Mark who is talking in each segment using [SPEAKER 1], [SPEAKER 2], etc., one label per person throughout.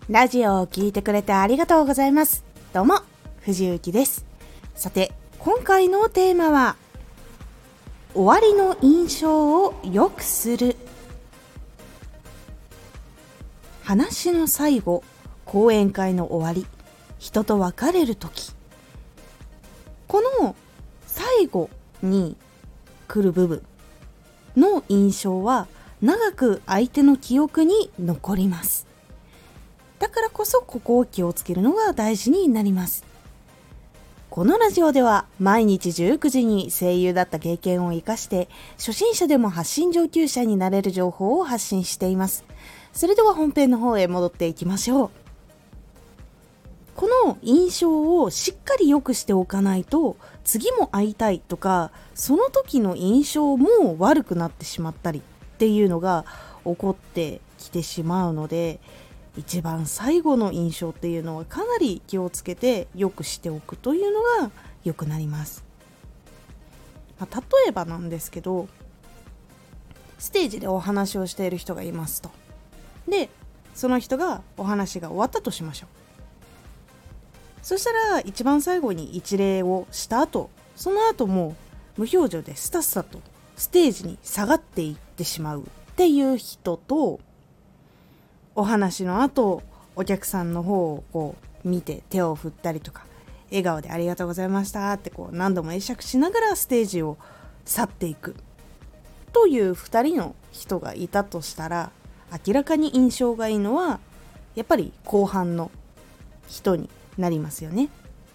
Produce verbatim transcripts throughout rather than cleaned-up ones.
[SPEAKER 1] ラジオを聞いてくれてありがとうございます。どうも藤幸です。さて今回のテーマは終わりの印象を良くする。話の最後、講演会の終わり、人と別れるとき、この最後に来る部分の印象は長く相手の記憶に残ります。だからこそここを気をつけるのが大事になります。このラジオでは毎日じゅうくじに声優だった経験を生かして初心者でも発信上級者になれる情報を発信しています。それでは本編の方へ戻っていきましょう。この印象をしっかり良くしておかないと次も会いたいとかその時の印象も悪くなってしまったりっていうのが起こってきてしまうので、一番最後の印象っていうのはかなり気をつけて良くしておくというのが良くなります。まあ、例えばなんですけど、ステージでお話をしている人がいますと。で、その人がお話が終わったとしましょう。そしたら一番最後に一礼をした後、その後も無表情でスタスタとステージに下がっていってしまうっていう人と、お話の後お客さんの方をこう見て手を振ったりとか笑顔でありがとうございましたってこう何度も会釈しながらステージを去っていくというふたりの人がいたとしたら、明らかに印象がいいのはやっぱり後半の人になりますよね。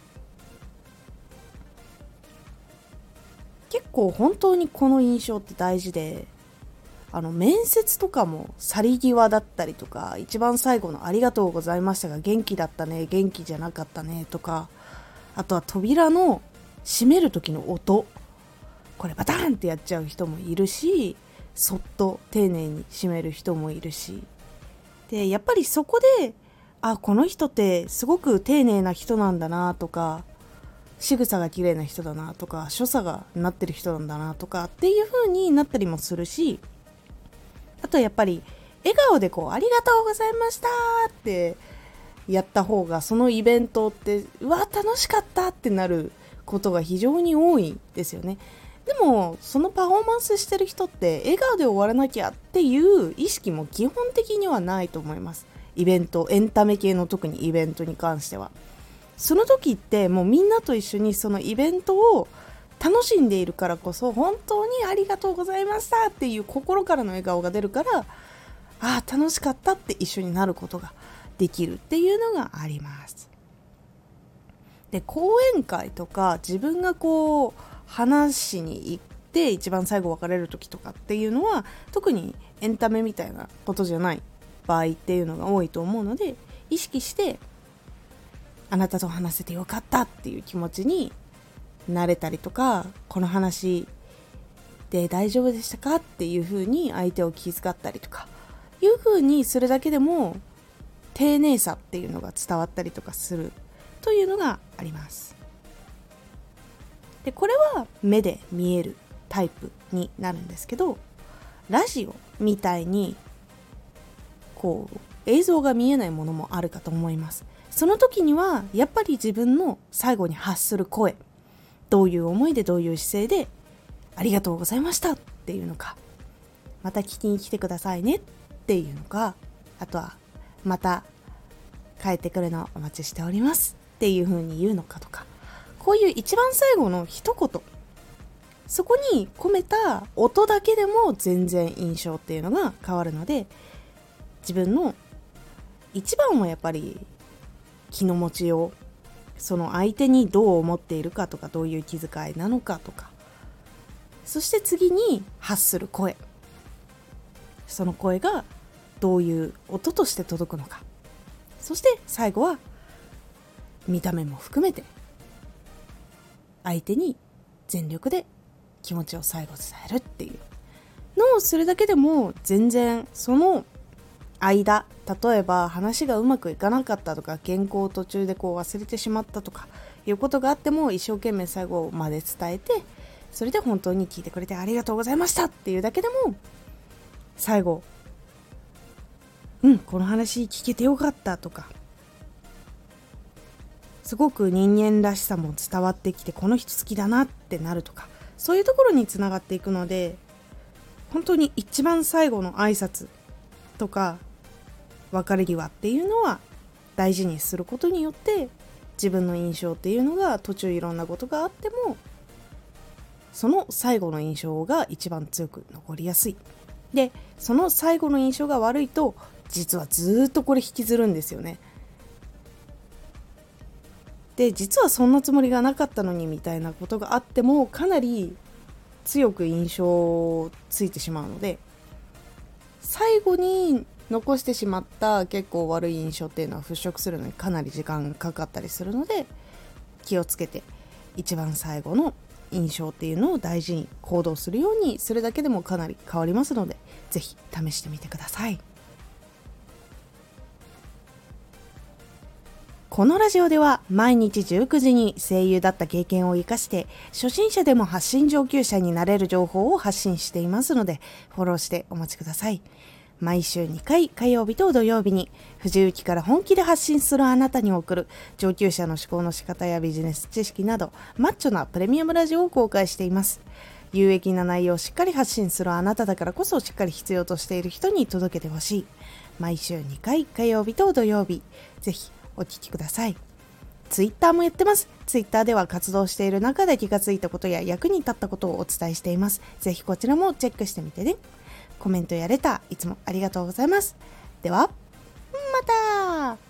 [SPEAKER 1] 結構本当にこの印象って大事で、あの面接とかも去り際だったりとか、一番最後のありがとうございましたが元気だったね、元気じゃなかったねとか、あとは扉の閉める時の音、これバターンってやっちゃう人もいるし、そっと丁寧に閉める人もいるし、でやっぱりそこであ、この人ってすごく丁寧な人なんだなとか、仕草が綺麗な人だなとか、所作がなってる人なんだなとかっていう風になったりもするし、あとやっぱり笑顔でこうありがとうございましたってやった方が、そのイベントってうわ楽しかったってなることが非常に多いですよね。でもそのパフォーマンスしてる人って笑顔で終わらなきゃっていう意識も基本的にはないと思います。イベント、エンタメ系の特にイベントに関しては、その時ってもうみんなと一緒にそのイベントを楽しんでいるからこそ、本当にありがとうございましたっていう心からの笑顔が出るから、ああ楽しかったって一緒になることができるっていうのがあります。で、講演会とか自分がこう話しに行って一番最後別れる時とかっていうのは、特にエンタメみたいなことじゃない場合っていうのが多いと思うので、意識してあなたと話せてよかったっていう気持ちになれたりとか、この話で大丈夫でしたかっていう風に相手を気遣ったりとかいう風にするだけでも丁寧さっていうのが伝わったりとかするというのがあります。で、これは目で見えるタイプになるんですけど、ラジオみたいにこう映像が見えないものもあるかと思います。その時にはやっぱり自分の最後に発する声、どういう思いでどういう姿勢でありがとうございましたっていうのか、また聞きに来てくださいねっていうのか、あとはまた帰ってくるのをお待ちしておりますっていう風に言うのかとか、こういう一番最後の一言、そこに込めた音だけでも全然印象っていうのが変わるので、自分の一番はやっぱり気の持ちを、その相手にどう思っているかとか、どういう気遣いなのかとか、そして次に発する声、その声がどういう音として届くのか、そして最後は見た目も含めて相手に全力で気持ちを最後伝えるっていうのをするだけでも、全然その間、例えば話がうまくいかなかったとか、原稿を途中でこう忘れてしまったとかいうことがあっても、一生懸命最後まで伝えて、それで本当に聞いてくれてありがとうございましたっていうだけでも、最後うんこの話聞けてよかったとか、すごく人間らしさも伝わってきてこの人好きだなってなるとか、そういうところにつながっていくので、本当に一番最後の挨拶とか別れ際っていうのは大事にすることによって、自分の印象っていうのが途中いろんなことがあってもその最後の印象が一番強く残りやすい。でその最後の印象が悪いと実はずっとこれ引きずるんですよね。で実はそんなつもりがなかったのにみたいなことがあってもかなり強く印象ついてしまうので、最後に残してしまった結構悪い印象っていうのは払拭するのにかなり時間かかったりするので、気をつけて一番最後の印象っていうのを大事に行動するようにするだけでもかなり変わりますので、ぜひ試してみてください。このラジオでは毎日じゅうくじに声優だった経験を生かして初心者でも発信上級者になれる情報を発信していますので、フォローしてお待ちください。毎週にかい火曜日と土曜日に藤雪から本気で発信するあなたに送る上級者の思考の仕方やビジネス知識などマッチョなプレミアムラジオを公開しています。有益な内容をしっかり発信するあなただからこそしっかり必要としている人に届けてほしい。毎週にかい火曜日と土曜日、ぜひお聞きください。ツイッターもやってます。ツイッターでは活動している中で気がついたことや役に立ったことをお伝えしています。ぜひこちらもチェックしてみてね。コメントやレターいつもありがとうございます。ではまた。